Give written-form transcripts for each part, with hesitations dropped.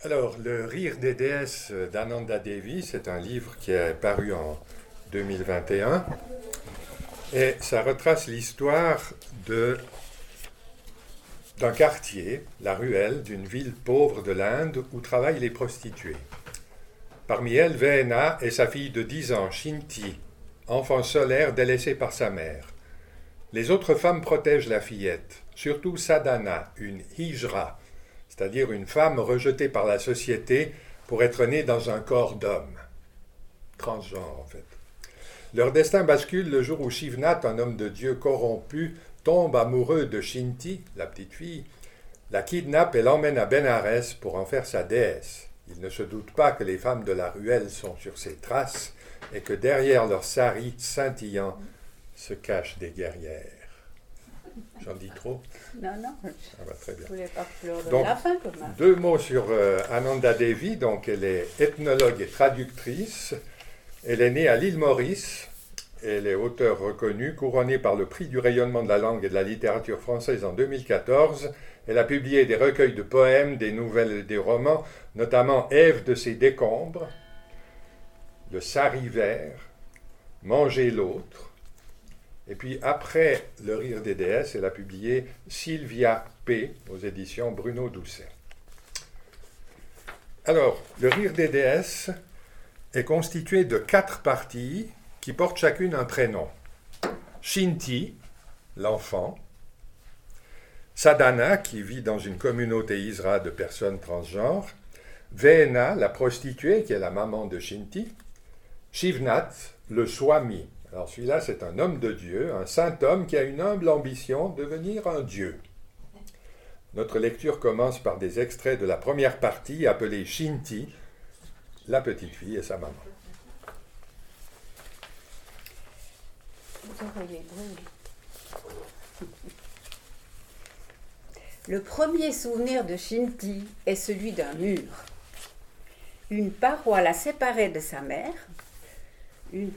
Alors, Le Rire des déesses d'Ananda Devi, c'est un livre qui est paru en 2021 et ça retrace l'histoire d'un quartier, la Ruelle, d'une ville pauvre de l'Inde où travaillent les prostituées. Parmi elles, Veena et sa fille de 10 ans, Shinti, enfant solaire délaissé par sa mère. Les autres femmes protègent la fillette, surtout Sadhana, une hijra, c'est-à-dire une femme rejetée par la société pour être née dans un corps d'homme, transgenre en fait. Leur destin bascule le jour où Shivnath, un homme de Dieu corrompu, tombe amoureux de Shinti, la petite fille, la kidnappe et l'emmène à Bénarès pour en faire sa déesse. Il ne se doute pas que les femmes de la ruelle sont sur ses traces et que derrière leurs saris scintillants se cachent des guerrières. J'en dis trop? Non, non. Ça va très bien. Je voulais pas pleurer Donc, la fin quand même. Deux mots sur Ananda Devi. Donc, elle est ethnologue et traductrice. Elle est née à l'île Maurice. Elle est auteure reconnue, couronnée par le prix du rayonnement de la langue et de la littérature française en 2014. Elle a publié des recueils de poèmes, des nouvelles et des romans, notamment Ève de ses décombres, Le sari vert, Manger l'autre. Et puis après Le Rire des déesses, elle a publié Sylvia P. aux éditions Bruno Doucet. Alors, Le Rire des déesses est constitué de 4 parties qui portent chacune un prénom. Shinti, l'enfant. Sadhana, qui vit dans une communauté Isra de personnes transgenres. Veena, la prostituée, qui est la maman de Shinti. Shivnath, le swami. Alors celui-là, c'est un homme de Dieu, un saint homme qui a une humble ambition de devenir un dieu. Notre lecture commence par des extraits de la première partie appelée Shinti, la petite fille et sa maman. Le premier souvenir de Shinti est celui d'un mur. Une paroi la séparait de sa mère. Une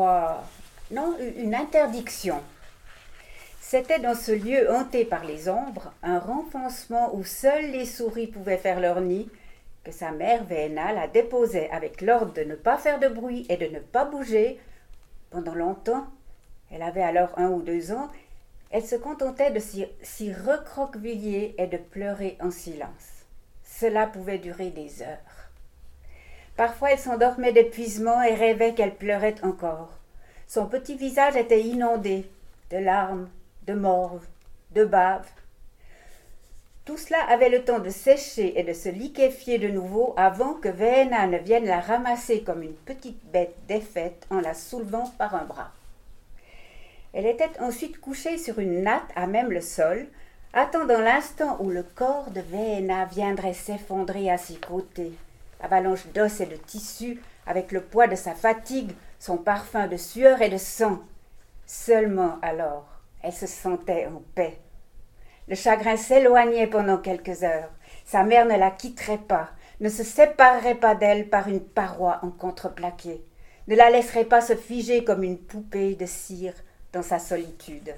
interdiction. C'était dans ce lieu hanté par les ombres, un renfoncement où seules les souris pouvaient faire leur nid, que sa mère Veena la déposait avec l'ordre de ne pas faire de bruit et de ne pas bouger. Pendant longtemps, elle avait alors 1 ou 2 ans, elle se contentait de s'y recroqueviller et de pleurer en silence. Cela pouvait durer des heures. Parfois, elle s'endormait d'épuisement et rêvait qu'elle pleurait encore. Son petit visage était inondé de larmes, de morve, de bave. Tout cela avait le temps de sécher et de se liquéfier de nouveau avant que Veena ne vienne la ramasser comme une petite bête défaite en la soulevant par un bras. Elle était ensuite couchée sur une natte à même le sol, attendant l'instant où le corps de Veena viendrait s'effondrer à ses côtés. Avalanche d'os et de tissus, avec le poids de sa fatigue, son parfum de sueur et de sang. Seulement alors, elle se sentait en paix. Le chagrin s'éloignait pendant quelques heures. Sa mère ne la quitterait pas, ne se séparerait pas d'elle par une paroi en contreplaqué, ne la laisserait pas se figer comme une poupée de cire dans sa solitude.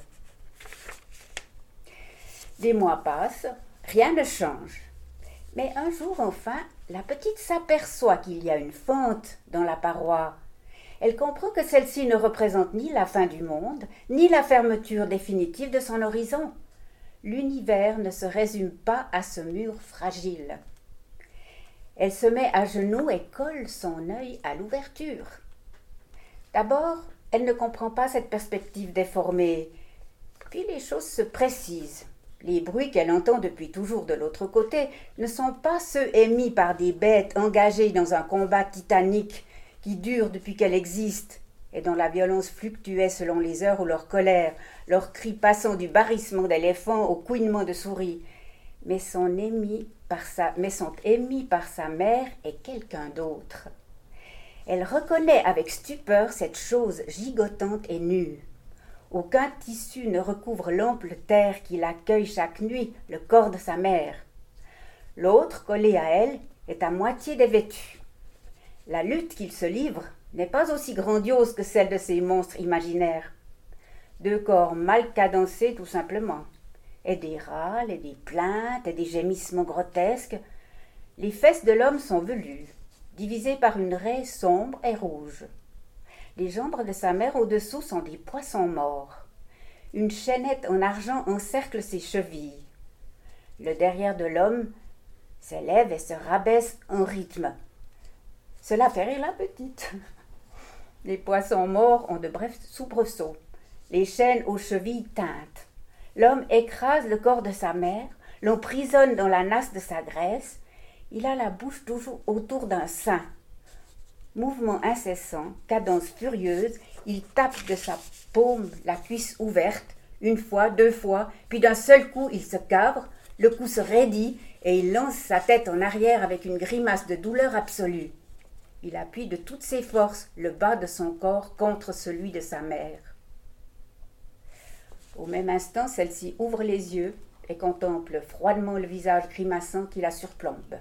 Des mois passent, rien ne change. Mais un jour, enfin, la petite s'aperçoit qu'il y a une fente dans la paroi. Elle comprend que celle-ci ne représente ni la fin du monde, ni la fermeture définitive de son horizon. L'univers ne se résume pas à ce mur fragile. Elle se met à genoux et colle son œil à l'ouverture. D'abord, elle ne comprend pas cette perspective déformée. Puis les choses se précisent. Les bruits qu'elle entend depuis toujours de l'autre côté ne sont pas ceux émis par des bêtes engagées dans un combat titanique qui dure depuis qu'elle existe et dont la violence fluctuait selon les heures ou leur colère, leurs cris passant du barrissement d'éléphants au couinement de souris, mais sont émis par sa mère et quelqu'un d'autre. Elle reconnaît avec stupeur cette chose gigotante et nue. Aucun tissu ne recouvre l'ample terre qui l'accueille chaque nuit, le corps de sa mère. L'autre, collé à elle, est à moitié dévêtu. La lutte qu'il se livre n'est pas aussi grandiose que celle de ces monstres imaginaires. 2 corps mal cadencés tout simplement, et des râles, et des plaintes, et des gémissements grotesques. Les fesses de l'homme sont velues, divisées par une raie sombre et rouge. Les jambes de sa mère au-dessous sont des poissons morts. Une chaînette en argent encercle ses chevilles. Le derrière de l'homme s'élève et se rabaisse en rythme. Cela fait rire la petite. Les poissons morts ont de brefs soubresauts. Les chaînes aux chevilles teintent. L'homme écrase le corps de sa mère, l'emprisonne dans la nasse de sa graisse. Il a la bouche toujours autour d'un sein. Mouvement incessant, cadence furieuse, il tape de sa paume la cuisse ouverte, une fois, deux fois, puis d'un seul coup il se cabre, le cou se raidit et il lance sa tête en arrière avec une grimace de douleur absolue. Il appuie de toutes ses forces le bas de son corps contre celui de sa mère. Au même instant, celle-ci ouvre les yeux et contemple froidement le visage grimaçant qui la surplombe.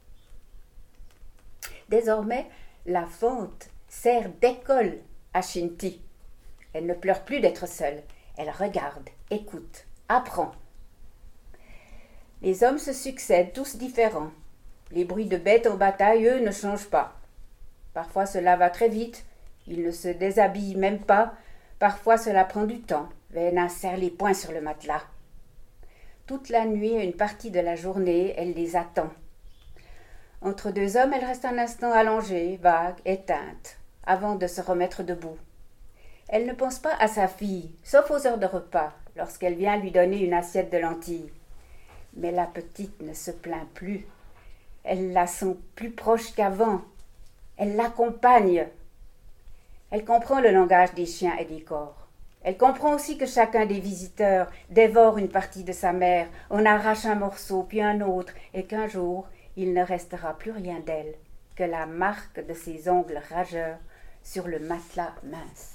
Désormais, la fente sert d'école à Shinti. Elle ne pleure plus d'être seule. Elle regarde, écoute, apprend. Les hommes se succèdent, tous différents. Les bruits de bêtes en bataille, eux, ne changent pas. Parfois cela va très vite, ils ne se déshabillent même pas. Parfois cela prend du temps. Vena serre les poings sur le matelas. Toute la nuit et une partie de la journée, elle les attend. Entre deux hommes, elle reste un instant allongée, vague, éteinte, avant de se remettre debout. Elle ne pense pas à sa fille, sauf aux heures de repas, lorsqu'elle vient lui donner une assiette de lentilles. Mais la petite ne se plaint plus. Elle la sent plus proche qu'avant. Elle l'accompagne. Elle comprend le langage des chiens et des corps. Elle comprend aussi que chacun des visiteurs dévore une partie de sa mère, en arrache un morceau, puis un autre, et qu'un jour, il ne restera plus rien d'elle que la marque de ses ongles rageurs sur le matelas mince.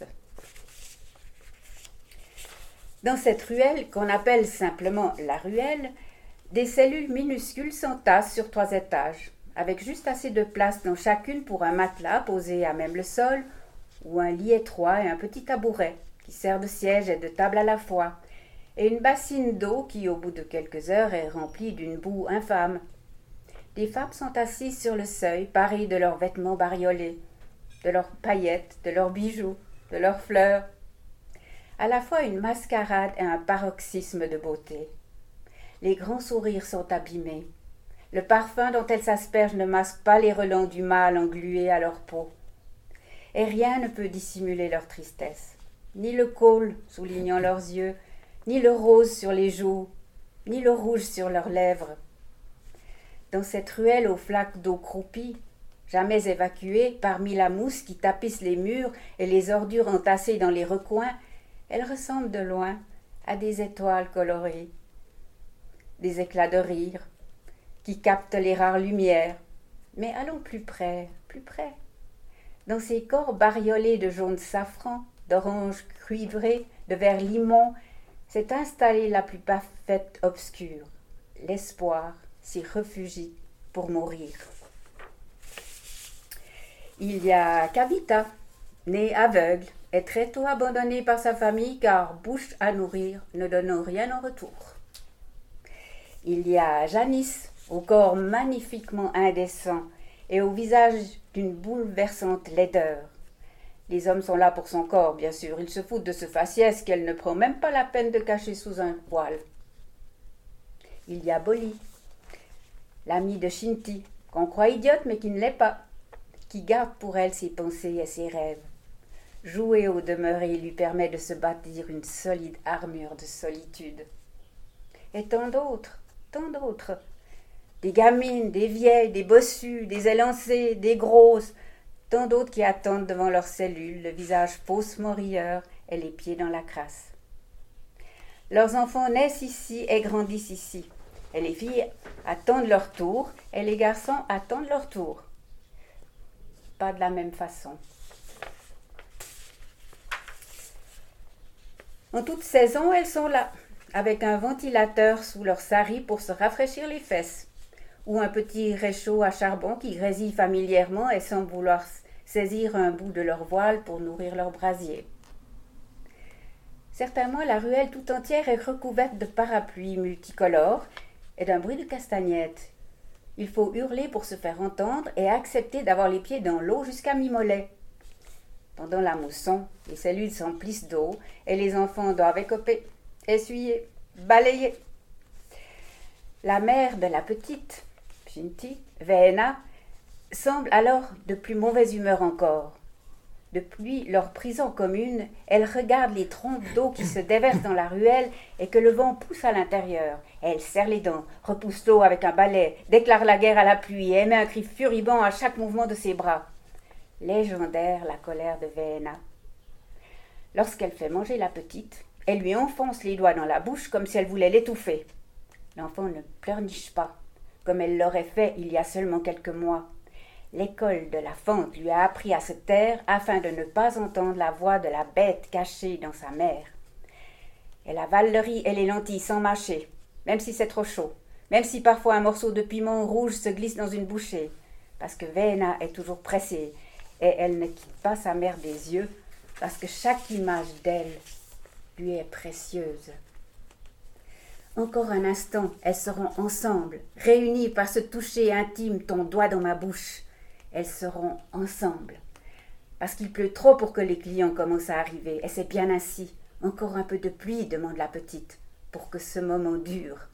Dans cette ruelle, qu'on appelle simplement la ruelle, des cellules minuscules s'entassent sur 3 étages, avec juste assez de place dans chacune pour un matelas posé à même le sol, ou un lit étroit et un petit tabouret qui sert de siège et de table à la fois, et une bassine d'eau qui, au bout de quelques heures, est remplie d'une boue infâme. Des femmes sont assises sur le seuil, parées de leurs vêtements bariolés, de leurs paillettes, de leurs bijoux, de leurs fleurs. À la fois une mascarade et un paroxysme de beauté. Les grands sourires sont abîmés. Le parfum dont elles s'aspergent ne masque pas les relents du mal englués à leur peau. Et rien ne peut dissimuler leur tristesse. Ni le col soulignant leurs yeux, ni le rose sur les joues, ni le rouge sur leurs lèvres. Dans cette ruelle aux flaques d'eau croupie, jamais évacuée, parmi la mousse qui tapisse les murs et les ordures entassées dans les recoins, elle ressemble de loin à des étoiles colorées, des éclats de rire qui captent les rares lumières. Mais allons plus près, plus près. Dans ces corps bariolés de jaune safran, d'orange cuivré, de vert limon, s'est installée la plus parfaite obscure. L'espoir s'y réfugie pour mourir. Il y a Kavita, née aveugle et très tôt abandonnée par sa famille car bouche à nourrir ne donnant rien en retour. Il y a Janice, au corps magnifiquement indécent et au visage d'une bouleversante laideur. Les hommes sont là pour son corps, bien sûr. Ils se foutent de ce faciès qu'elle ne prend même pas la peine de cacher sous un voile. Il y a Boli, l'amie de Shinti, qu'on croit idiote mais qui ne l'est pas, qui garde pour elle ses pensées et ses rêves. Jouer au demeuré lui permet de se bâtir une solide armure de solitude. Et tant d'autres, des gamines, des vieilles, des bossues, des élancées, des grosses, tant d'autres qui attendent devant leurs cellules, le visage faussement rieur et les pieds dans la crasse. Leurs enfants naissent ici et grandissent ici, et les filles attendent leur tour, et les garçons attendent leur tour. Pas de la même façon. En toute saison, elles sont là, avec un ventilateur sous leur sari pour se rafraîchir les fesses, ou un petit réchaud à charbon qui grésille familièrement et semble vouloir saisir un bout de leur voile pour nourrir leur brasier. Certainement, la ruelle tout entière est recouverte de parapluies multicolores et d'un bruit de castagnettes. Il faut hurler pour se faire entendre et accepter d'avoir les pieds dans l'eau jusqu'à mi-mollet. Pendant la mousson, les cellules s'emplissent d'eau et les enfants doivent écoper, essuyer, balayer. La mère de la petite, Shinti, Veena, semble alors de plus mauvaise humeur encore. Depuis leur prison commune, elle regarde les trompes d'eau qui se déversent dans la ruelle et que le vent pousse à l'intérieur. Elle serre les dents, repousse l'eau avec un balai, déclare la guerre à la pluie et émet un cri furibond à chaque mouvement de ses bras. Légendaire la colère de Veena. Lorsqu'elle fait manger la petite, elle lui enfonce les doigts dans la bouche comme si elle voulait l'étouffer. L'enfant ne pleurniche pas, comme elle l'aurait fait il y a seulement quelques mois. L'école de la fente lui a appris à se taire afin de ne pas entendre la voix de la bête cachée dans sa mère. Elle avale le riz et les lentilles sans mâcher, même si c'est trop chaud, même si parfois un morceau de piment rouge se glisse dans une bouchée, parce que Veena est toujours pressée et elle ne quitte pas sa mère des yeux, parce que chaque image d'elle lui est précieuse. Encore un instant, elles seront ensemble, réunies par ce toucher intime, ton doigt dans ma bouche. Elles seront ensemble. Parce qu'il pleut trop pour que les clients commencent à arriver, et c'est bien ainsi. Encore un peu de pluie, demande la petite, pour que ce moment dure.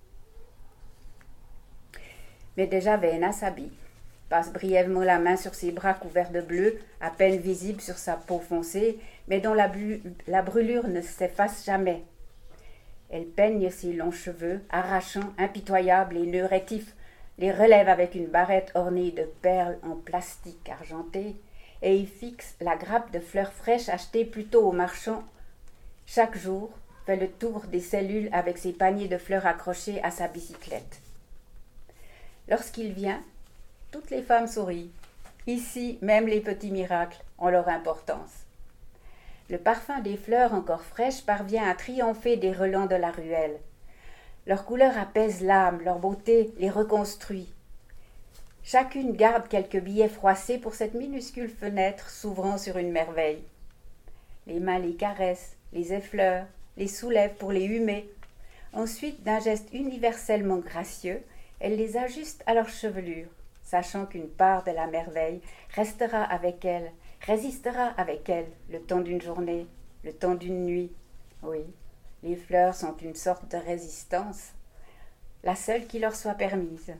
Mais déjà Veena s'habille, passe brièvement la main sur ses bras couverts de bleu, à peine visible sur sa peau foncée, mais dont la brûlure ne s'efface jamais. Elle peigne ses longs cheveux, arrachants, impitoyables et nœuds rétifs, les relève avec une barrette ornée de perles en plastique argenté, et y fixe la grappe de fleurs fraîches achetées plus tôt au marchand. Chaque jour, fait le tour des cellules avec ses paniers de fleurs accrochés à sa bicyclette. Lorsqu'il vient, toutes les femmes sourient. Ici, même les petits miracles ont leur importance. Le parfum des fleurs encore fraîches parvient à triompher des relents de la ruelle. Leur couleur apaise l'âme, leur beauté les reconstruit. Chacune garde quelques billets froissés pour cette minuscule fenêtre s'ouvrant sur une merveille. Les mains les caressent, les effleurent, les soulèvent pour les humer. Ensuite, d'un geste universellement gracieux, elles les ajustent à leur chevelure, sachant qu'une part de la merveille restera avec elles, résistera avec elles le temps d'une journée, le temps d'une nuit. Oui. Les fleurs sont une sorte de résistance, la seule qui leur soit permise.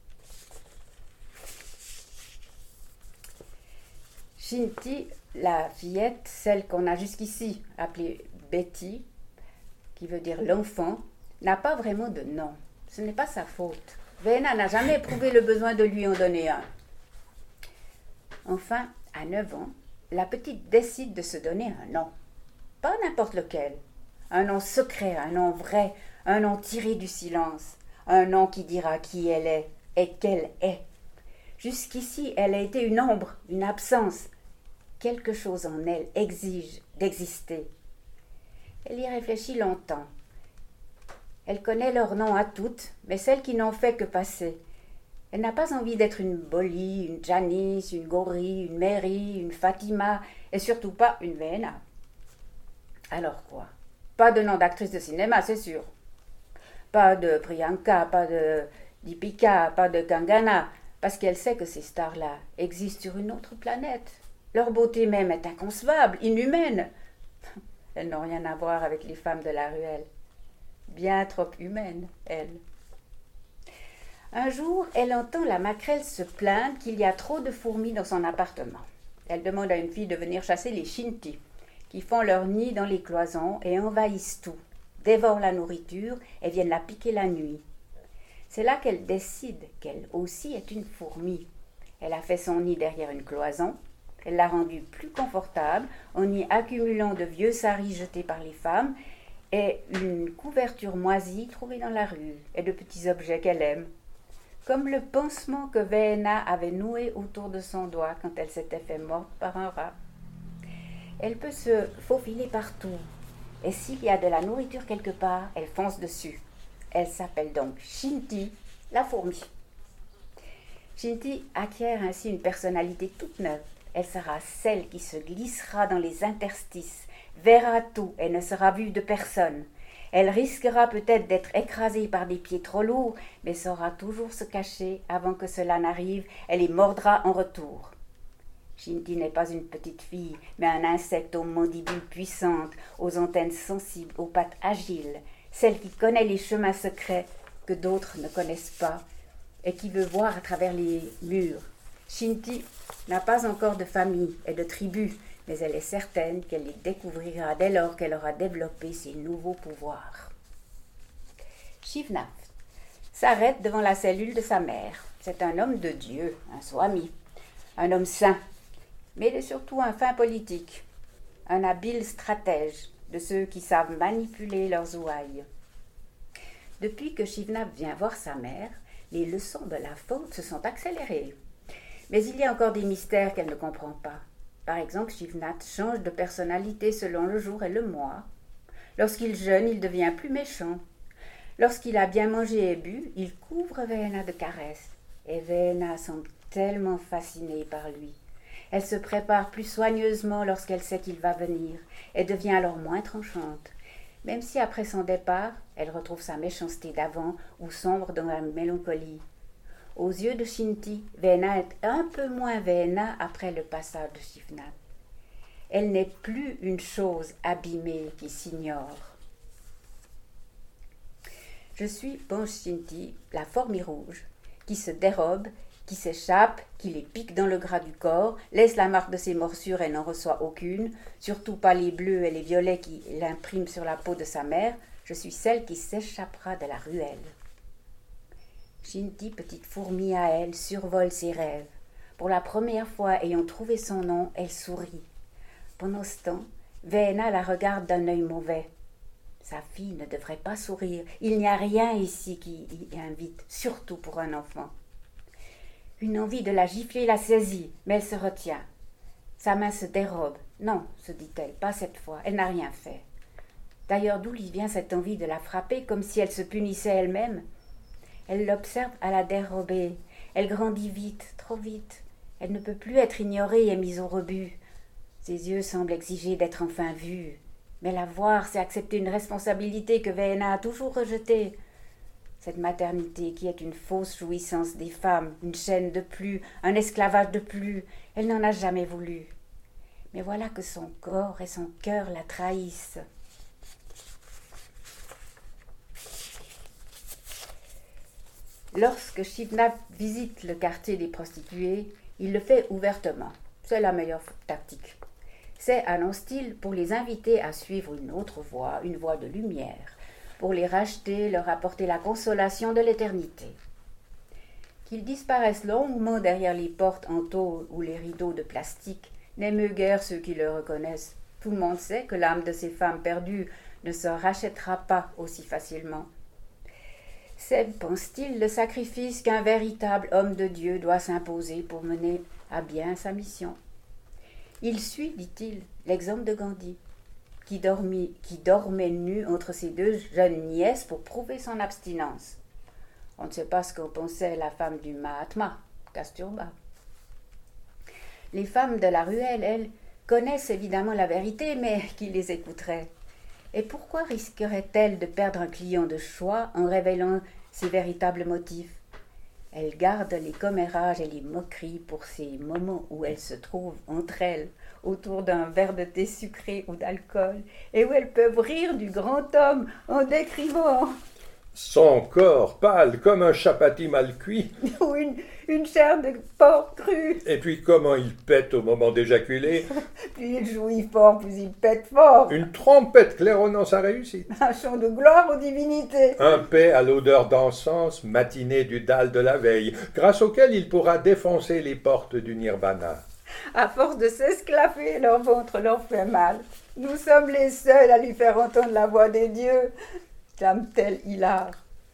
Shinti, la fillette, celle qu'on a jusqu'ici appelée Betty, qui veut dire l'enfant, n'a pas vraiment de nom. Ce n'est pas sa faute. Veena n'a jamais éprouvé le besoin de lui en donner un. Enfin, à 9 ans, la petite décide de se donner un nom. Pas n'importe lequel. Un nom secret, un nom vrai, un nom tiré du silence, un nom qui dira qui elle est et qu'elle est. Jusqu'ici, elle a été une ombre, une absence. Quelque chose en elle exige d'exister. Elle y réfléchit longtemps. Elle connaît leur nom à toutes, mais celles qui n'ont fait que passer. Elle n'a pas envie d'être une Bolly, une Janice, une Gauri, une Mary, une Fatima, et surtout pas une Veena. Alors quoi? Pas de nom d'actrice de cinéma, c'est sûr. Pas de Priyanka, pas de Deepika, pas de Kangana, parce qu'elle sait que ces stars-là existent sur une autre planète. Leur beauté même est inconcevable, inhumaine. Elles n'ont rien à voir avec les femmes de la ruelle. Bien trop humaines, elles. Un jour, elle entend la maquerelle se plaindre qu'il y a trop de fourmis dans son appartement. Elle demande à une fille de venir chasser les Shinti, qui font leur nid dans les cloisons et envahissent tout, dévorent la nourriture et viennent la piquer la nuit. C'est là qu'elle décide qu'elle aussi est une fourmi. Elle a fait son nid derrière une cloison, elle l'a rendu plus confortable en y accumulant de vieux saris jetés par les femmes et une couverture moisie trouvée dans la rue et de petits objets qu'elle aime, comme le pansement que Veena avait noué autour de son doigt quand elle s'était fait morte par un rat. Elle peut se faufiler partout, et s'il y a de la nourriture quelque part, elle fonce dessus. Elle s'appelle donc Shinti, la fourmi. Shinti acquiert ainsi une personnalité toute neuve. Elle sera celle qui se glissera dans les interstices, verra tout et ne sera vue de personne. Elle risquera peut-être d'être écrasée par des pieds trop lourds, mais saura toujours se cacher avant que cela n'arrive. Elle les mordra en retour. Shinti n'est pas une petite fille, mais un insecte aux mandibules puissantes, aux antennes sensibles, aux pattes agiles, celle qui connaît les chemins secrets que d'autres ne connaissent pas et qui veut voir à travers les murs. Shinti n'a pas encore de famille et de tribu, mais elle est certaine qu'elle les découvrira dès lors qu'elle aura développé ses nouveaux pouvoirs. Shivnath s'arrête devant la cellule de sa mère. C'est un homme de Dieu, un swami, un homme saint, mais il est surtout un fin politique, un habile stratège de ceux qui savent manipuler leurs ouailles. Depuis que Shivnath vient voir sa mère, les leçons de la faute se sont accélérées. Mais il y a encore des mystères qu'elle ne comprend pas. Par exemple, Shivnath change de personnalité selon le jour et le mois. Lorsqu'il jeûne, il devient plus méchant. Lorsqu'il a bien mangé et bu, il couvre Veena de caresses. Et Veena semble tellement fascinée par lui. Elle se prépare plus soigneusement lorsqu'elle sait qu'il va venir, et devient alors moins tranchante. Même si après son départ, elle retrouve sa méchanceté d'avant ou sombre dans la mélancolie. Aux yeux de Shinti, Veena est un peu moins Veena après le passage de Shivnath. Elle n'est plus une chose abîmée qui s'ignore. Je suis Ponche Shinti, la fourmi rouge, qui se dérobe, qui s'échappe, qui les pique dans le gras du corps, laisse la marque de ses morsures et n'en reçoit aucune, surtout pas les bleus et les violets qui l'impriment sur la peau de sa mère. Je suis celle qui s'échappera de la ruelle. Shinti, petite fourmi à elle, survole ses rêves. Pour la première fois, ayant trouvé son nom, elle sourit. Pendant ce temps, Veena la regarde d'un œil mauvais. Sa fille ne devrait pas sourire. Il n'y a rien ici qui y invite, surtout pour un enfant. Une envie de la gifler la saisit, mais elle se retient. Sa main se dérobe. Non, se dit-elle, pas cette fois, elle n'a rien fait. D'ailleurs, d'où lui vient cette envie de la frapper comme si elle se punissait elle-même? Elle l'observe à la dérobée. Elle grandit vite, trop vite. Elle ne peut plus être ignorée et mise au rebut. Ses yeux semblent exiger d'être enfin vus. Mais la voir, c'est accepter une responsabilité que Veena a toujours rejetée. Cette maternité qui est une fausse jouissance des femmes, une chaîne de plus, un esclavage de plus, elle n'en a jamais voulu. Mais voilà que son corps et son cœur la trahissent. Lorsque Shivnath visite le quartier des prostituées, il le fait ouvertement. C'est la meilleure tactique. C'est, annonce-t-il, pour les inviter à suivre une autre voie, une voie de lumière, pour les racheter, leur apporter la consolation de l'éternité. Qu'ils disparaissent longuement derrière les portes en tôle ou les rideaux de plastique n'émeut guère ceux qui le reconnaissent. Tout le monde sait que l'âme de ces femmes perdues ne se rachètera pas aussi facilement. C'est, pense-t-il, le sacrifice qu'un véritable homme de Dieu doit s'imposer pour mener à bien sa mission. Il suit, dit-il, l'exemple de Gandhi, qui dormait nu entre ses deux jeunes nièces pour prouver son abstinence. On ne sait pas ce qu'en pensait la femme du Mahatma, Kasturba. Les femmes de la ruelle, elles, connaissent évidemment la vérité, mais qui les écouterait? Et pourquoi risquerait-elle de perdre un client de choix en révélant ses véritables motifs? Elle garde les commérages et les moqueries pour ces moments où elles se trouvent entre elles, autour d'un verre de thé sucré ou d'alcool, et où elles peuvent rire du grand homme en décrivant son corps pâle comme un chapati mal cuit, ou une chair de porc cru. Et puis comment il pète au moment d'éjaculer. Plus il jouit fort, plus il pète fort. Une trompette claironnant sa réussite. Un chant de gloire aux divinités. Un paix à l'odeur d'encens matiné du dalle de la veille, grâce auquel il pourra défoncer les portes du nirvana. À force de s'esclaffer, leur ventre leur fait mal. Nous sommes les seuls à lui faire entendre la voix des dieux, clame-t-elle hilar.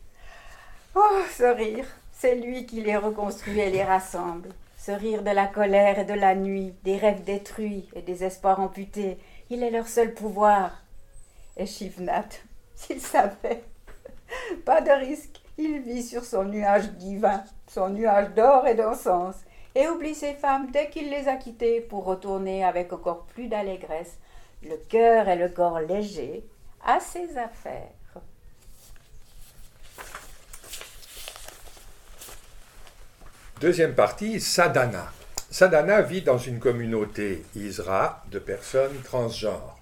Oh, ce rire, c'est lui qui les reconstruit et les rassemble. Ce rire de la colère et de la nuit, des rêves détruits et des espoirs amputés, il est leur seul pouvoir. Et Shivnath, s'il savait, pas de risque, il vit sur son nuage divin, son nuage d'or et d'encens, et oublie ses femmes dès qu'il les a quittées pour retourner avec encore plus d'allégresse, le cœur et le corps légers, à ses affaires. Deuxième partie, Sadhana. Sadhana vit dans une communauté Isra de personnes transgenres.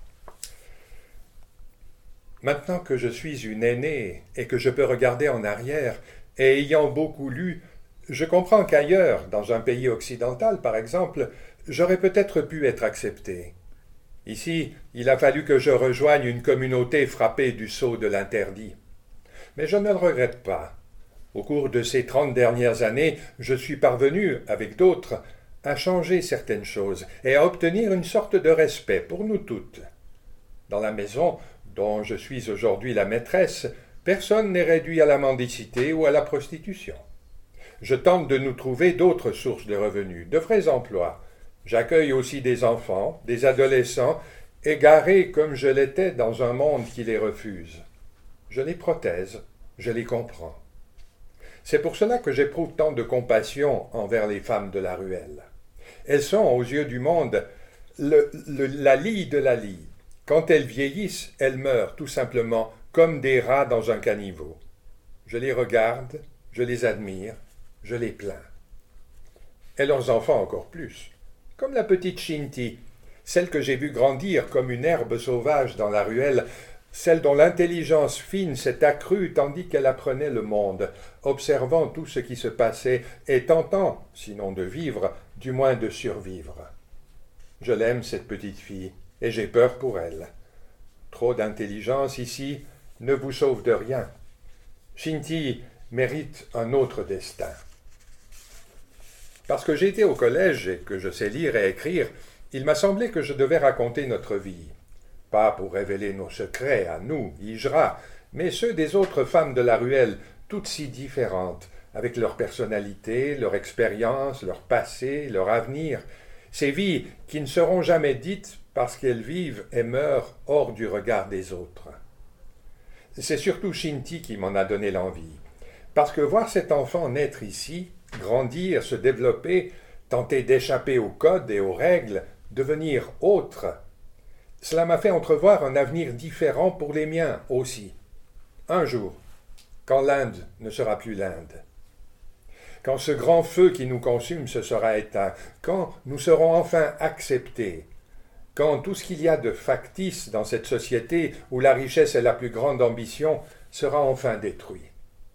Maintenant que je suis une aînée et que je peux regarder en arrière, et ayant beaucoup lu, je comprends qu'ailleurs, dans un pays occidental par exemple, j'aurais peut-être pu être accepté. Ici, il a fallu que je rejoigne une communauté frappée du sceau de l'interdit. Mais je ne le regrette pas. Au cours de ces 30 dernières années, je suis parvenu, avec d'autres, à changer certaines choses et à obtenir une sorte de respect pour nous toutes. Dans la maison, dont je suis aujourd'hui la maîtresse, personne n'est réduit à la mendicité ou à la prostitution. Je tente de nous trouver d'autres sources de revenus, de vrais emplois. J'accueille aussi des enfants, des adolescents, égarés comme je l'étais dans un monde qui les refuse. Je les prothèse, je les comprends. C'est pour cela que j'éprouve tant de compassion envers les femmes de la ruelle. Elles sont, aux yeux du monde, la lie de la lie. Quand elles vieillissent, elles meurent tout simplement comme des rats dans un caniveau. Je les regarde, je les admire, je les plains. Et leurs enfants encore plus. Comme la petite Shinti, celle que j'ai vue grandir comme une herbe sauvage dans la ruelle, celle dont l'intelligence fine s'est accrue tandis qu'elle apprenait le monde, observant tout ce qui se passait et tentant, sinon de vivre, du moins de survivre. Je l'aime, cette petite fille, et j'ai peur pour elle. Trop d'intelligence ici ne vous sauve de rien. Shinti mérite un autre destin. Parce que j'étais au collège et que je sais lire et écrire, il m'a semblé que je devais raconter notre vie. Pas pour révéler nos secrets à nous, Hijra, mais ceux des autres femmes de la ruelle, toutes si différentes, avec leur personnalité, leur expérience, leur passé, leur avenir, ces vies qui ne seront jamais dites parce qu'elles vivent et meurent hors du regard des autres. C'est surtout Shinti qui m'en a donné l'envie, parce que voir cet enfant naître ici, grandir, se développer, tenter d'échapper aux codes et aux règles, devenir autre, cela m'a fait entrevoir un avenir différent pour les miens aussi. Un jour, quand l'Inde ne sera plus l'Inde, quand ce grand feu qui nous consume se sera éteint, quand nous serons enfin acceptés, quand tout ce qu'il y a de factice dans cette société où la richesse est la plus grande ambition sera enfin détruit.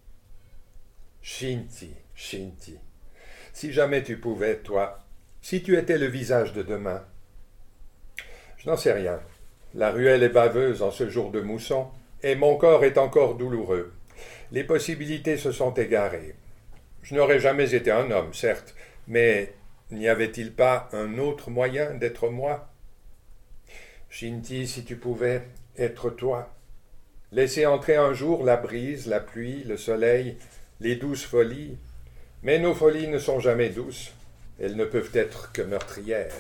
Shinti, Shinti, si jamais tu pouvais, toi, si tu étais le visage de demain. Je n'en sais rien. La ruelle est baveuse en ce jour de mousson, et mon corps est encore douloureux. Les possibilités se sont égarées. Je n'aurais jamais été un homme, certes, mais n'y avait-il pas un autre moyen d'être moi? Shinti, si tu pouvais être toi, laisser entrer un jour la brise, la pluie, le soleil, les douces folies, mais nos folies ne sont jamais douces, elles ne peuvent être que meurtrières.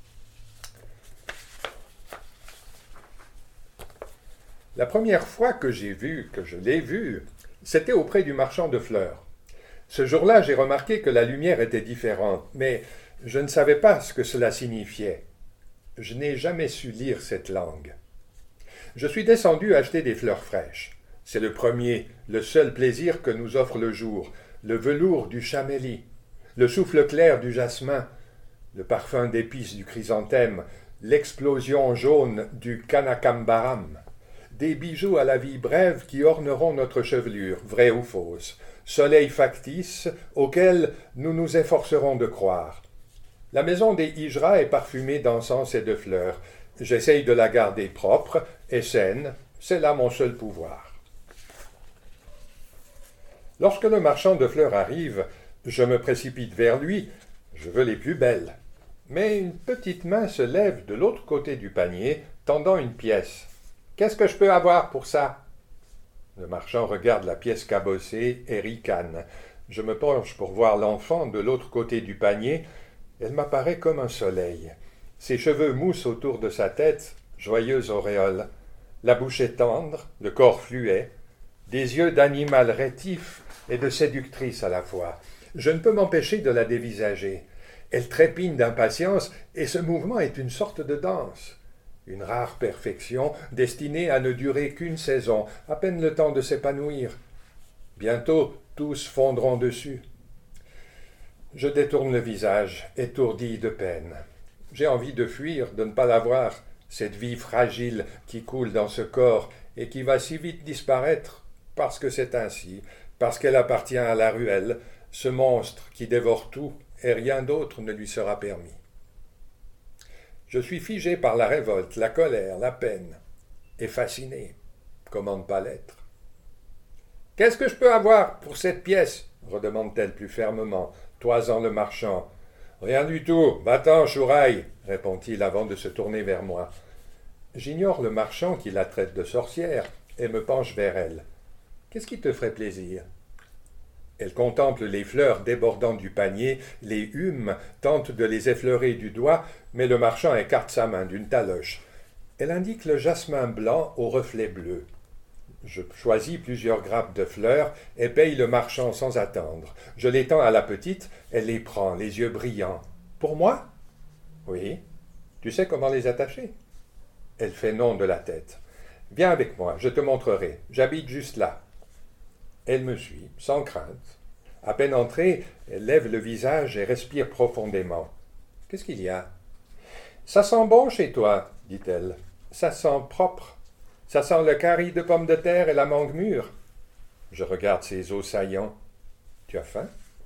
La première fois que je l'ai vu, c'était auprès du marchand de fleurs. Ce jour-là, j'ai remarqué que la lumière était différente, mais je ne savais pas ce que cela signifiait. Je n'ai jamais su lire cette langue. Je suis descendu acheter des fleurs fraîches. C'est le premier, le seul plaisir que nous offre le jour, le velours du chaméli, le souffle clair du jasmin, le parfum d'épices du chrysanthème, l'explosion jaune du kanakambaram, des bijoux à la vie brève qui orneront notre chevelure, vraie ou fausse, soleil factice auquel nous nous efforcerons de croire. La maison des Hijra est parfumée d'encens et de fleurs. J'essaye de la garder propre et saine, c'est là mon seul pouvoir. Lorsque le marchand de fleurs arrive, je me précipite vers lui, je veux les plus belles. Mais une petite main se lève de l'autre côté du panier, tendant une pièce. « Qu'est-ce que je peux avoir pour ça ?» Le marchand regarde la pièce cabossée et ricane. Je me penche pour voir l'enfant de l'autre côté du panier. Elle m'apparaît comme un soleil. Ses cheveux moussent autour de sa tête, joyeuse auréole. La bouche est tendre, le corps fluet, des yeux d'animal rétif et de séductrice à la fois. Je ne peux m'empêcher de la dévisager. Elle trépigne d'impatience et ce mouvement est une sorte de danse. Une rare perfection destinée à ne durer qu'une saison, à peine le temps de s'épanouir. Bientôt, tous fondront dessus. Je détourne le visage, étourdi de peine. J'ai envie de fuir, de ne pas la voir, cette vie fragile qui coule dans ce corps et qui va si vite disparaître, parce que c'est ainsi, parce qu'elle appartient à la ruelle, ce monstre qui dévore tout, et rien d'autre ne lui sera permis. Je suis figé par la révolte, la colère, la peine, et fasciné. Comment ne pas l'être? « Qu'est-ce que je peux avoir pour cette pièce ?» redemande-t-elle plus fermement, toisant le marchand. « Rien du tout, va-t'en, chouraille !» répond-il avant de se tourner vers moi. J'ignore le marchand qui la traite de sorcière et me penche vers elle. « Qu'est-ce qui te ferait plaisir ?» Elle contemple les fleurs débordant du panier, les hume, tente de les effleurer du doigt, mais le marchand écarte sa main d'une taloche. Elle indique le jasmin blanc au reflet bleu. Je choisis plusieurs grappes de fleurs et paye le marchand sans attendre. Je les tends à la petite, elle les prend, les yeux brillants. « Pour moi ?»« Oui. Tu sais comment les attacher ?» Elle fait non de la tête. « Viens avec moi, je te montrerai. J'habite juste là. » Elle me suit, sans crainte. À peine entrée, elle lève le visage et respire profondément. « Qu'est-ce qu'il y a ?»« Ça sent bon chez toi, » dit-elle. « Ça sent propre. Ça sent le curry de pommes de terre et la mangue mûre. » Je regarde ses os saillants. « Tu as faim ?»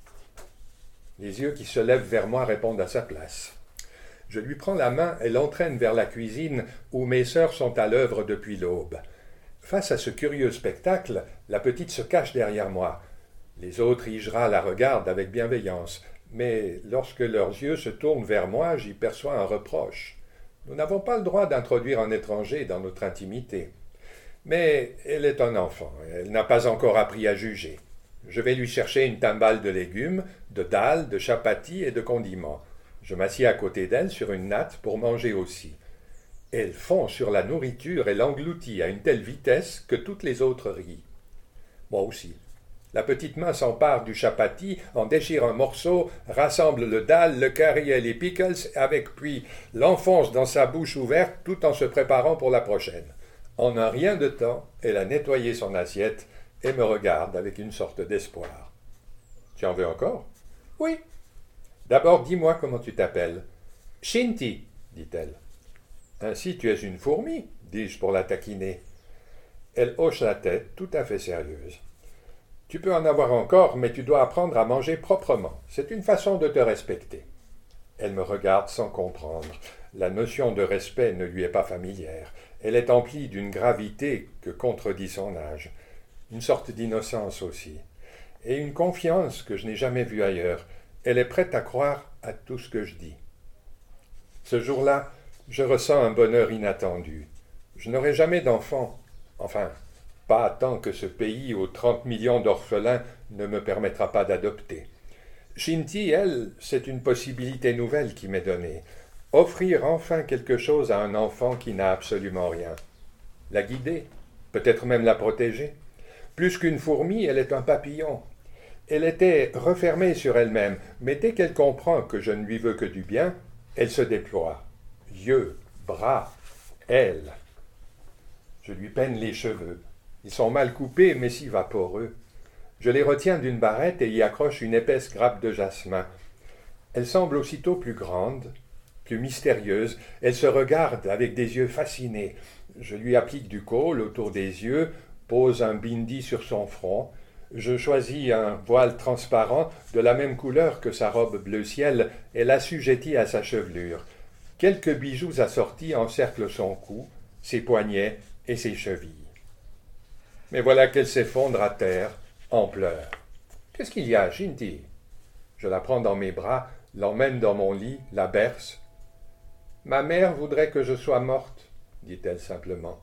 Les yeux qui se lèvent vers moi répondent à sa place. Je lui prends la main et l'entraîne vers la cuisine où mes sœurs sont à l'œuvre depuis l'aube. Face à ce curieux spectacle, la petite se cache derrière moi. Les autres Hijras la regardent avec bienveillance, mais lorsque leurs yeux se tournent vers moi, j'y perçois un reproche. Nous n'avons pas le droit d'introduire un étranger dans notre intimité. Mais elle est un enfant, elle n'a pas encore appris à juger. Je vais lui chercher une timbale de légumes, de dalles, de chapatis et de condiments. Je m'assieds à côté d'elle sur une natte pour manger aussi. Elle fond sur la nourriture et l'engloutit à une telle vitesse que toutes les autres rient. Moi aussi. La petite main s'empare du chapati, en déchire un morceau, rassemble le dalle, le curry et les pickles avec puis l'enfonce dans sa bouche ouverte tout en se préparant pour la prochaine. En un rien de temps, elle a nettoyé son assiette et me regarde avec une sorte d'espoir. « Tu en veux encore ?»« Oui. »« D'abord, dis-moi comment tu t'appelles. »« Shinti, » dit-elle. « Ainsi tu es une fourmi, dis-je pour la taquiner. Elle hoche la tête, tout à fait sérieuse. « Tu peux en avoir encore, mais tu dois apprendre à manger proprement. C'est une façon de te respecter. » Elle me regarde sans comprendre. La notion de respect ne lui est pas familière. Elle est emplie d'une gravité que contredit son âge. Une sorte d'innocence aussi. Et une confiance que je n'ai jamais vue ailleurs. Elle est prête à croire à tout ce que je dis. Ce jour-là, je ressens un bonheur inattendu. Je n'aurai jamais d'enfant. Enfin, pas tant que ce pays aux 30 millions d'orphelins ne me permettra pas d'adopter. Shinti, elle, c'est une possibilité nouvelle qui m'est donnée. Offrir enfin quelque chose à un enfant qui n'a absolument rien. La guider, peut-être même la protéger. Plus qu'une fourmi, elle est un papillon. Elle était refermée sur elle-même, mais dès qu'elle comprend que je ne lui veux que du bien, elle se déploie. Yeux, bras, ailes. Je lui peine les cheveux. Ils sont mal coupés, mais si vaporeux. Je les retiens d'une barrette et y accroche une épaisse grappe de jasmin. Elle semble aussitôt plus grande, plus mystérieuse. Elle se regarde avec des yeux fascinés. Je lui applique du kohl autour des yeux, pose un bindi sur son front. Je choisis un voile transparent de la même couleur que sa robe bleu ciel et l'assujettis à sa chevelure. Quelques bijoux assortis encerclent son cou, ses poignets et ses chevilles. Mais voilà qu'elle s'effondre à terre, en pleurs. « Qu'est-ce qu'il y a, Shinti ?» Je la prends dans mes bras, l'emmène dans mon lit, la berce. « Ma mère voudrait que je sois morte, » dit-elle simplement.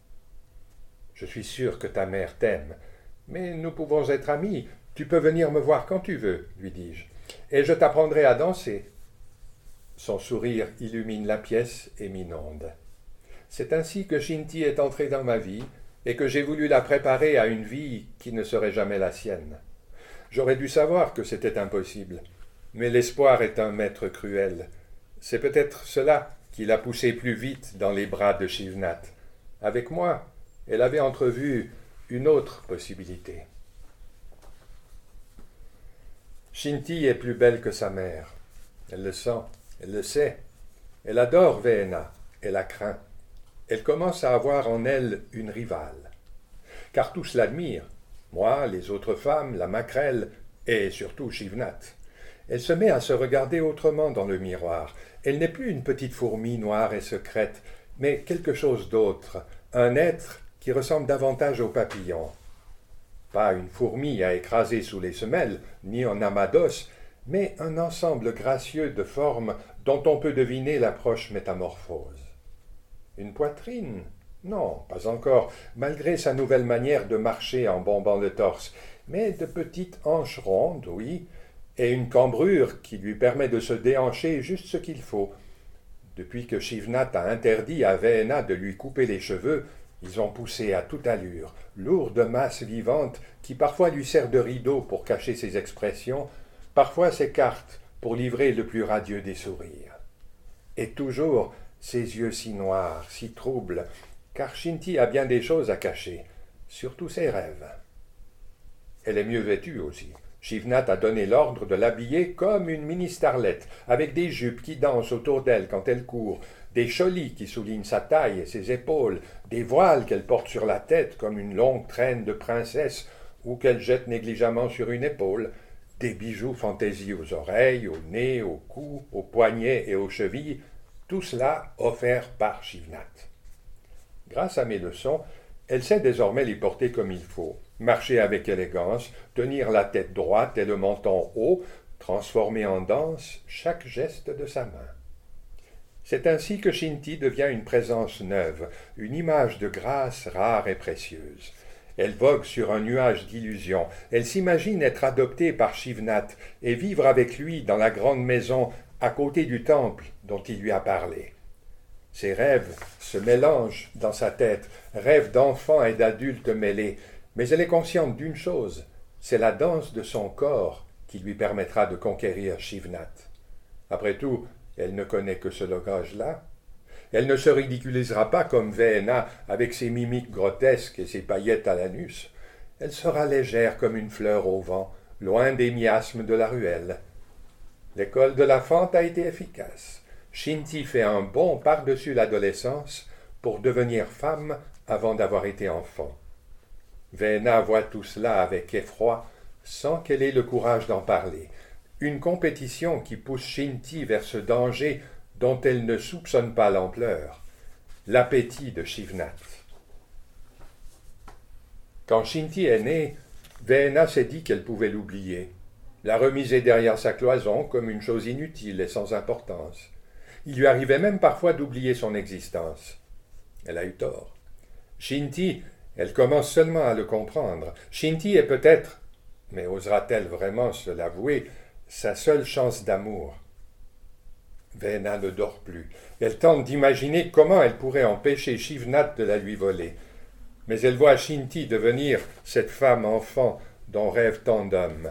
« Je suis sûr que ta mère t'aime, mais nous pouvons être amis. Tu peux venir me voir quand tu veux, lui dis-je, et je t'apprendrai à danser. » Son sourire illumine la pièce et m'inonde. C'est ainsi que Shinti est entrée dans ma vie et que j'ai voulu la préparer à une vie qui ne serait jamais la sienne. J'aurais dû savoir que c'était impossible, mais l'espoir est un maître cruel. C'est peut-être cela qui l'a poussée plus vite dans les bras de Shivnath. Avec moi, elle avait entrevu une autre possibilité. Shinti est plus belle que sa mère. Elle le sent, elle le sait. Elle adore Veena, elle la craint. Elle commence à avoir en elle une rivale. Car tous l'admirent, moi, les autres femmes, la maquerelle, et surtout Shivnat. Elle se met à se regarder autrement dans le miroir. Elle n'est plus une petite fourmi noire et secrète, mais quelque chose d'autre, un être qui ressemble davantage au papillon. Pas une fourmi à écraser sous les semelles, ni un amas d'os, mais un ensemble gracieux de formes dont on peut deviner la proche métamorphose. Une poitrine? Non, pas encore, malgré sa nouvelle manière de marcher en bombant le torse, mais de petites hanches rondes, oui, et une cambrure qui lui permet de se déhancher juste ce qu'il faut. Depuis que Shivnat a interdit à Veena de lui couper les cheveux, ils ont poussé à toute allure, lourde masse vivante qui parfois lui sert de rideau pour cacher ses expressions, parfois s'écarte pour livrer le plus radieux des sourires. Et toujours ses yeux si noirs, si troubles, car Shinti a bien des choses à cacher, surtout ses rêves. Elle est mieux vêtue aussi. Shivnat a donné l'ordre de l'habiller comme une mini-starlette, avec des jupes qui dansent autour d'elle quand elle court, des cholis qui soulignent sa taille et ses épaules, des voiles qu'elle porte sur la tête comme une longue traîne de princesse ou qu'elle jette négligemment sur une épaule, des bijoux fantaisie aux oreilles, au nez, au cou, aux poignets et aux chevilles, tout cela offert par Shivnat. Grâce à mes leçons, elle sait désormais les porter comme il faut, marcher avec élégance, tenir la tête droite et le menton haut, transformer en danse chaque geste de sa main. C'est ainsi que Shinti devient une présence neuve, une image de grâce rare et précieuse. Elle vogue sur un nuage d'illusions, elle s'imagine être adoptée par Shivnat et vivre avec lui dans la grande maison à côté du temple dont il lui a parlé. Ses rêves se mélangent dans sa tête, rêves d'enfants et d'adultes mêlés, mais elle est consciente d'une chose, c'est la danse de son corps qui lui permettra de conquérir Shivnat. Après tout, elle ne connaît que ce langage-là. Elle ne se ridiculisera pas comme Veena avec ses mimiques grotesques et ses paillettes à l'anus. Elle sera légère comme une fleur au vent, loin des miasmes de la ruelle. L'école de la fente a été efficace. Shinti fait un bond par-dessus l'adolescence pour devenir femme avant d'avoir été enfant. Veena voit tout cela avec effroi, sans qu'elle ait le courage d'en parler. Une compétition qui pousse Shinti vers ce danger dont elle ne soupçonne pas l'ampleur, l'appétit de Shivnat. Quand Shinti est née, Veena s'est dit qu'elle pouvait l'oublier, la remiser derrière sa cloison comme une chose inutile et sans importance. Il lui arrivait même parfois d'oublier son existence. Elle a eu tort. Shinti, elle commence seulement à le comprendre. Shinti est peut-être, mais osera-t-elle vraiment se l'avouer, sa seule chance d'amour. Veena ne dort plus. Elle tente d'imaginer comment elle pourrait empêcher Shivnat de la lui voler. Mais elle voit Shinti devenir cette femme enfant dont rêvent tant d'hommes.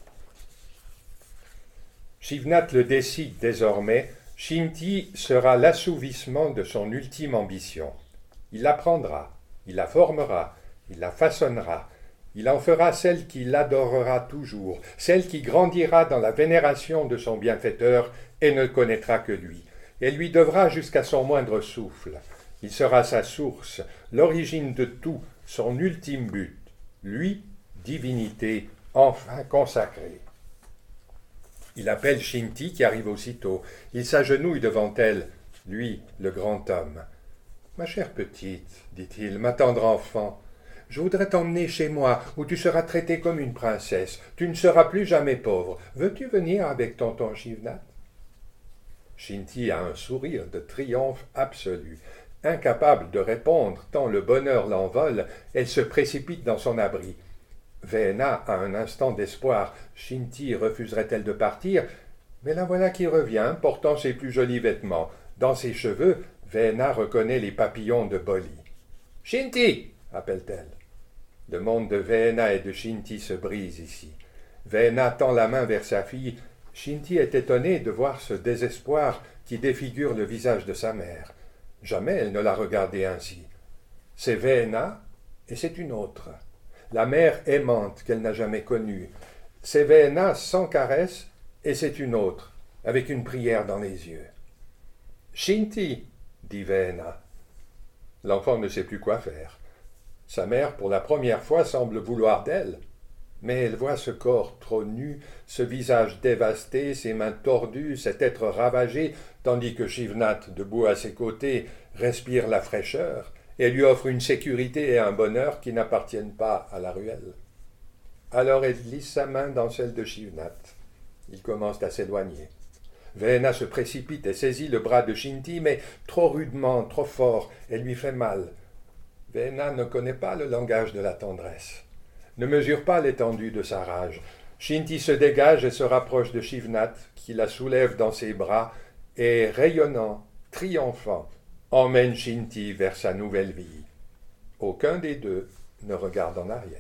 Shivnat le décide désormais, Shinti sera l'assouvissement de son ultime ambition. Il l'apprendra, il la formera, il la façonnera, il en fera celle qui l'adorera toujours, celle qui grandira dans la vénération de son bienfaiteur et ne connaîtra que lui. Elle lui devra jusqu'à son moindre souffle. Il sera sa source, l'origine de tout, son ultime but. Lui, divinité, enfin consacrée. Il appelle Shinti qui arrive aussitôt. Il s'agenouille devant elle, lui, le grand homme. « Ma chère petite, dit-il, ma tendre enfant, je voudrais t'emmener chez moi, où tu seras traitée comme une princesse. Tu ne seras plus jamais pauvre. Veux-tu venir avec tonton Shivnat ?» Shinti a un sourire de triomphe absolu. Incapable de répondre tant le bonheur l'envole, elle se précipite dans son abri. Veena a un instant d'espoir. Shinti refuserait-elle de partir? Mais la voilà qui revient, portant ses plus jolis vêtements. Dans ses cheveux, Veena reconnaît les papillons de Boli. « Shinti !» appelle-t-elle. Le monde de Veena et de Shinti se brise ici. Veena tend la main vers sa fille. Shinti est étonnée de voir ce désespoir qui défigure le visage de sa mère. Jamais elle ne l'a regardé ainsi. C'est Veena et c'est une autre. La mère aimante qu'elle n'a jamais connue. C'est Véhéna sans caresse, et c'est une autre, avec une prière dans les yeux. Shinti, dit Véhéna. L'enfant ne sait plus quoi faire. Sa mère, pour la première fois, semble vouloir d'elle. Mais elle voit ce corps trop nu, ce visage dévasté, ses mains tordues, cet être ravagé, tandis que Shivnath, debout à ses côtés, respire la fraîcheur et lui offre une sécurité et un bonheur qui n'appartiennent pas à la ruelle. Alors elle glisse sa main dans celle de Shivnath. Ils commencent à s'éloigner. Véhéna se précipite et saisit le bras de Shinti, mais trop rudement, trop fort, elle lui fait mal. Véhéna ne connaît pas le langage de la tendresse, ne mesure pas l'étendue de sa rage. Shinti se dégage et se rapproche de Shivnath, qui la soulève dans ses bras, et rayonnant, triomphant, emmène Shinti vers sa nouvelle vie. Aucun des deux ne regarde en arrière.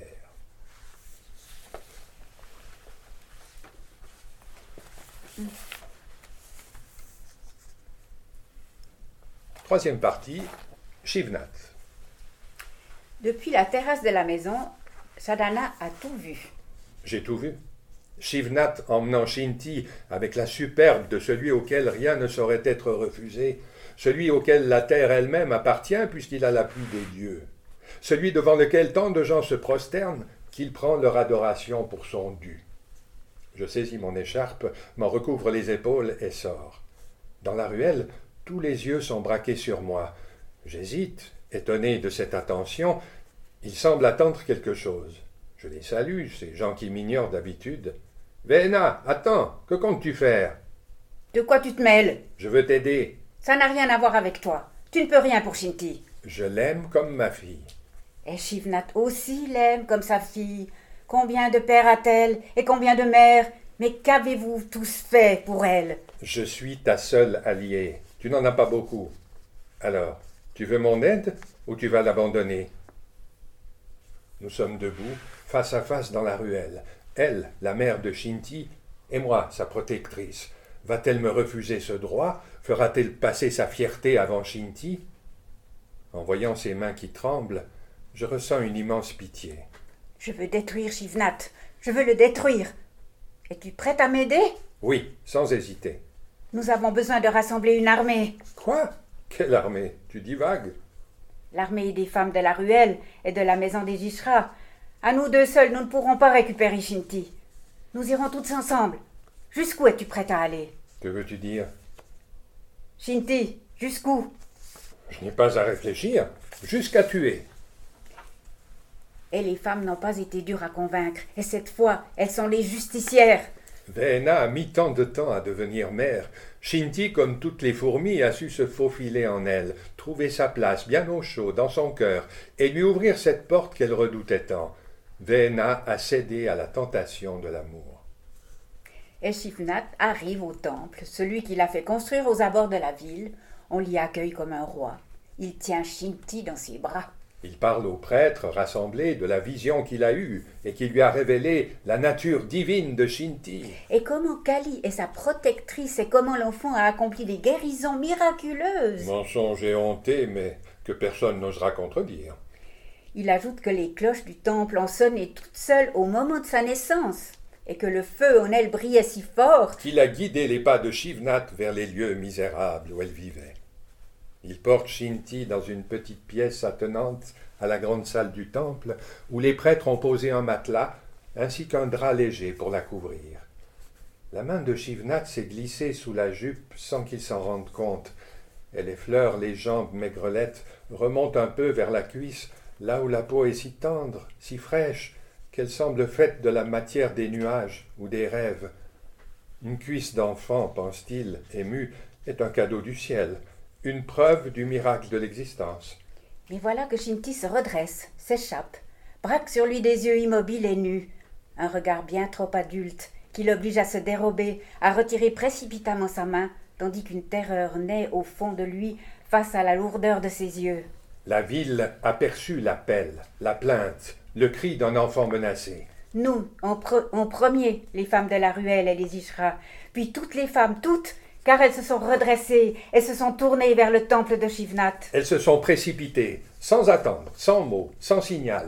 Troisième partie, Shivnath. Depuis la terrasse de la maison, Sadhana a tout vu. J'ai tout vu. Shivnath emmenant Shinti avec la superbe de celui auquel rien ne saurait être refusé, celui auquel la terre elle-même appartient puisqu'il a l'appui des dieux, celui devant lequel tant de gens se prosternent qu'il prend leur adoration pour son dû. Je saisis mon écharpe, m'en recouvre les épaules et sors. Dans la ruelle, tous les yeux sont braqués sur moi. J'hésite, étonné de cette attention. Ils semblent attendre quelque chose. Je les salue, ces gens qui m'ignorent d'habitude. « Véhéna, attends, que comptes-tu faire ?»« De quoi tu te mêles ? Je veux t'aider. »« Ça n'a rien à voir avec toi. Tu ne peux rien pour Shinti. »« Je l'aime comme ma fille. » Et Shivnath aussi l'aime comme sa fille. Combien de pères a-t-elle et combien de mères ? Mais qu'avez-vous tous fait pour elle ? Je suis ta seule alliée. Tu n'en as pas beaucoup. Alors, tu veux mon aide ou tu vas l'abandonner ? Nous sommes debout, face à face dans la ruelle. Elle, la mère de Shinti, et moi, sa protectrice. Va-t-elle me refuser ce droit ? Fera-t-elle passer sa fierté avant Shinti ? En voyant ses mains qui tremblent, je ressens une immense pitié. Je veux détruire Shivnath. Je veux le détruire. Es-tu prête à m'aider ? Oui, sans hésiter. Nous avons besoin de rassembler une armée. Quoi ? Quelle armée ? Tu divagues ? L'armée des femmes de la ruelle et de la maison des Jishra. À nous deux seuls, nous ne pourrons pas récupérer Shinti. Nous irons toutes ensemble. Jusqu'où es-tu prête à aller ? Que veux-tu dire ? Shinti, jusqu'où ? Je n'ai pas à réfléchir, jusqu'à tuer. Et les femmes n'ont pas été dures à convaincre, et cette fois, elles sont les justicières. Véhéna a mis tant de temps à devenir mère. Shinti, comme toutes les fourmis, a su se faufiler en elle, trouver sa place bien au chaud dans son cœur, et lui ouvrir cette porte qu'elle redoutait tant. Véhéna a cédé à la tentation de l'amour. Et Shivnath arrive au temple, celui qui l'a fait construire aux abords de la ville. On l'y accueille comme un roi. Il tient Shinti dans ses bras. Il parle aux prêtres rassemblés de la vision qu'il a eue et qui lui a révélé la nature divine de Shinti. Et comment Kali est sa protectrice et comment l'enfant a accompli des guérisons miraculeuses. Mensonge éhonté, mais que personne n'osera contredire. Il ajoute que les cloches du temple ont sonné toutes seules au moment de sa naissance et que le feu en elle brillait si fort qu'il a guidé les pas de Shivnath vers les lieux misérables où elle vivait. Il porte Shinti dans une petite pièce attenante à la grande salle du temple, où les prêtres ont posé un matelas, ainsi qu'un drap léger pour la couvrir. La main de Shivnath s'est glissée sous la jupe sans qu'il s'en rende compte. Elle effleure les jambes maigrelettes, remonte un peu vers la cuisse, là où la peau est si tendre, si fraîche, qu'elle semble faite de la matière des nuages ou des rêves. Une cuisse d'enfant, pense-t-il, ému, est un cadeau du ciel, une preuve du miracle de l'existence. Mais voilà que Shinti se redresse, s'échappe, braque sur lui des yeux immobiles et nus, un regard bien trop adulte qui l'oblige à se dérober, à retirer précipitamment sa main, tandis qu'une terreur naît au fond de lui face à la lourdeur de ses yeux. La ville aperçut l'appel, la plainte, le cri d'un enfant menacé. Nous, en premier, les femmes de la ruelle et les Ishra, puis toutes les femmes, toutes, car elles se sont redressées et se sont tournées vers le temple de Shivnath. Elles se sont précipitées, sans attendre, sans mot, sans signal.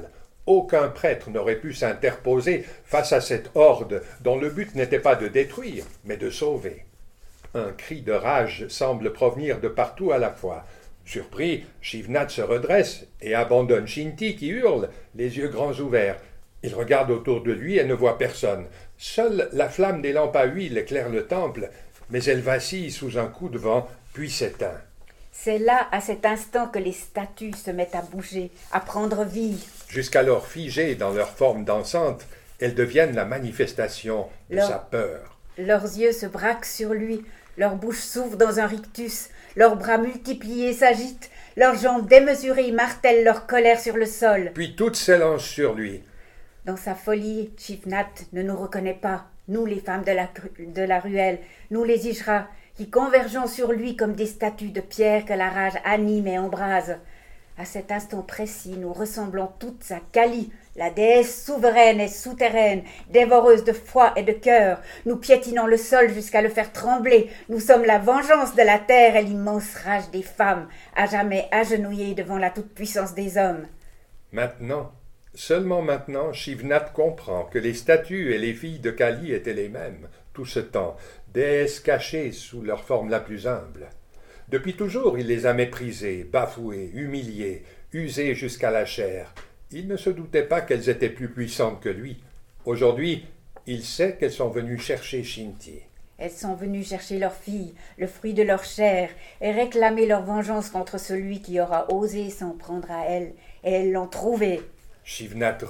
Aucun prêtre n'aurait pu s'interposer face à cette horde dont le but n'était pas de détruire, mais de sauver. Un cri de rage semble provenir de partout à la fois. Surpris, Shivnath se redresse et abandonne Shinti qui hurle, les yeux grands ouverts. Il regarde autour de lui et ne voit personne. Seule la flamme des lampes à huile éclaire le temple, mais elle vacille sous un coup de vent, puis s'éteint. C'est là, à cet instant, que les statues se mettent à bouger, à prendre vie. Jusqu'alors figées dans leur forme dansante, elles deviennent la manifestation de sa peur. Leurs yeux se braquent sur lui, leur bouche s'ouvre dans un rictus, leurs bras multipliés s'agitent, leurs jambes démesurées martèlent leur colère sur le sol. Puis toutes s'élancent sur lui. Dans sa folie, Shivnath ne nous reconnaît pas, nous les femmes de la ruelle, nous les Ijras, qui convergeons sur lui comme des statues de pierre que la rage anime et embrase. À cet instant précis, nous ressemblons toutes à Kali, la déesse souveraine et souterraine, dévoreuse de foi et de cœur. Nous piétinons le sol jusqu'à le faire trembler. Nous sommes la vengeance de la terre et l'immense rage des femmes, à jamais agenouillées devant la toute-puissance des hommes. Maintenant, seulement maintenant, Shivnath comprend que les statues et les filles de Kali étaient les mêmes, tout ce temps, déesses cachées sous leur forme la plus humble. Depuis toujours, il les a méprisées, bafouées, humiliées, usées jusqu'à la chair. Il ne se doutait pas qu'elles étaient plus puissantes que lui. Aujourd'hui, il sait qu'elles sont venues chercher Shinti. Elles sont venues chercher leur fille, le fruit de leur chair, et réclamer leur vengeance contre celui qui aura osé s'en prendre à elles, et elles l'ont trouvé. Shivnath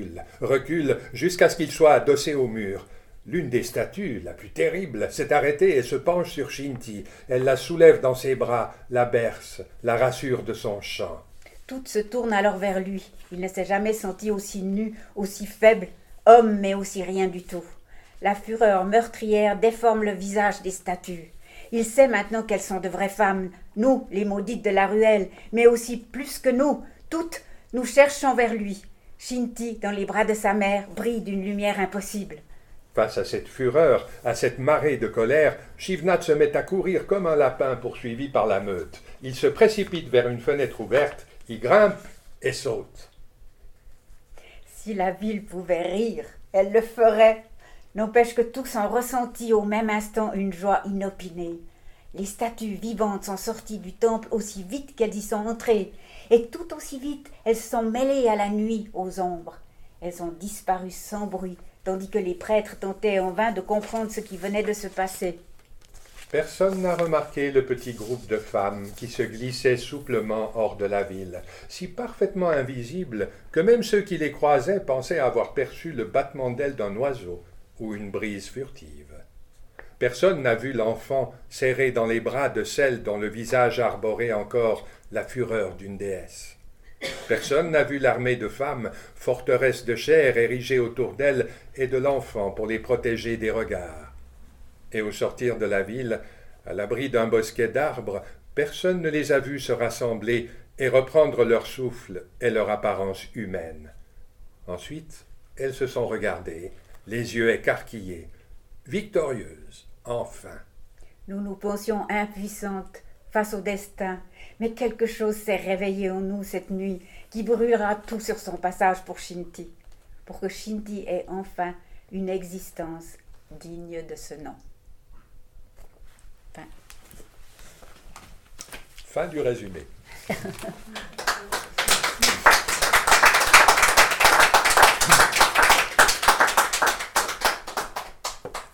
recule jusqu'à ce qu'il soit adossé au mur. L'une des statues, la plus terrible, s'est arrêtée et se penche sur Shinti. Elle la soulève dans ses bras, la berce, la rassure de son chant. Toutes se tournent alors vers lui. Il ne s'est jamais senti aussi nu, aussi faible, homme mais aussi rien du tout. La fureur meurtrière déforme le visage des statues. Il sait maintenant qu'elles sont de vraies femmes, nous, les maudites de la ruelle, mais aussi plus que nous, toutes, nous cherchons vers lui. Shinti, dans les bras de sa mère, brille d'une lumière impossible. Face à cette fureur, à cette marée de colère, Shivnath se met à courir comme un lapin poursuivi par la meute. Il se précipite vers une fenêtre ouverte, y grimpe et saute. Si la ville pouvait rire, elle le ferait. N'empêche que tous ont ressenti au même instant une joie inopinée. Les statues vivantes sont sorties du temple aussi vite qu'elles y sont entrées, et tout aussi vite elles sont mêlées à la nuit, aux ombres. Elles ont disparu sans bruit, tandis que les prêtres tentaient en vain de comprendre ce qui venait de se passer. Personne n'a remarqué le petit groupe de femmes qui se glissait souplement hors de la ville, si parfaitement invisible que même ceux qui les croisaient pensaient avoir perçu le battement d'ailes d'un oiseau ou une brise furtive. Personne n'a vu l'enfant serré dans les bras de celle dont le visage arborait encore la fureur d'une déesse. Personne n'a vu l'armée de femmes, forteresses de chair érigées autour d'elle et de l'enfant pour les protéger des regards. Et au sortir de la ville, à l'abri d'un bosquet d'arbres, personne ne les a vus se rassembler et reprendre leur souffle et leur apparence humaine. Ensuite, elles se sont regardées, les yeux écarquillés, victorieuses, enfin. Nous nous pensions impuissantes face au destin, mais quelque chose s'est réveillé en nous cette nuit qui brûlera tout sur son passage pour Shinti, pour que Shinti ait enfin une existence digne de ce nom. Fin du résumé.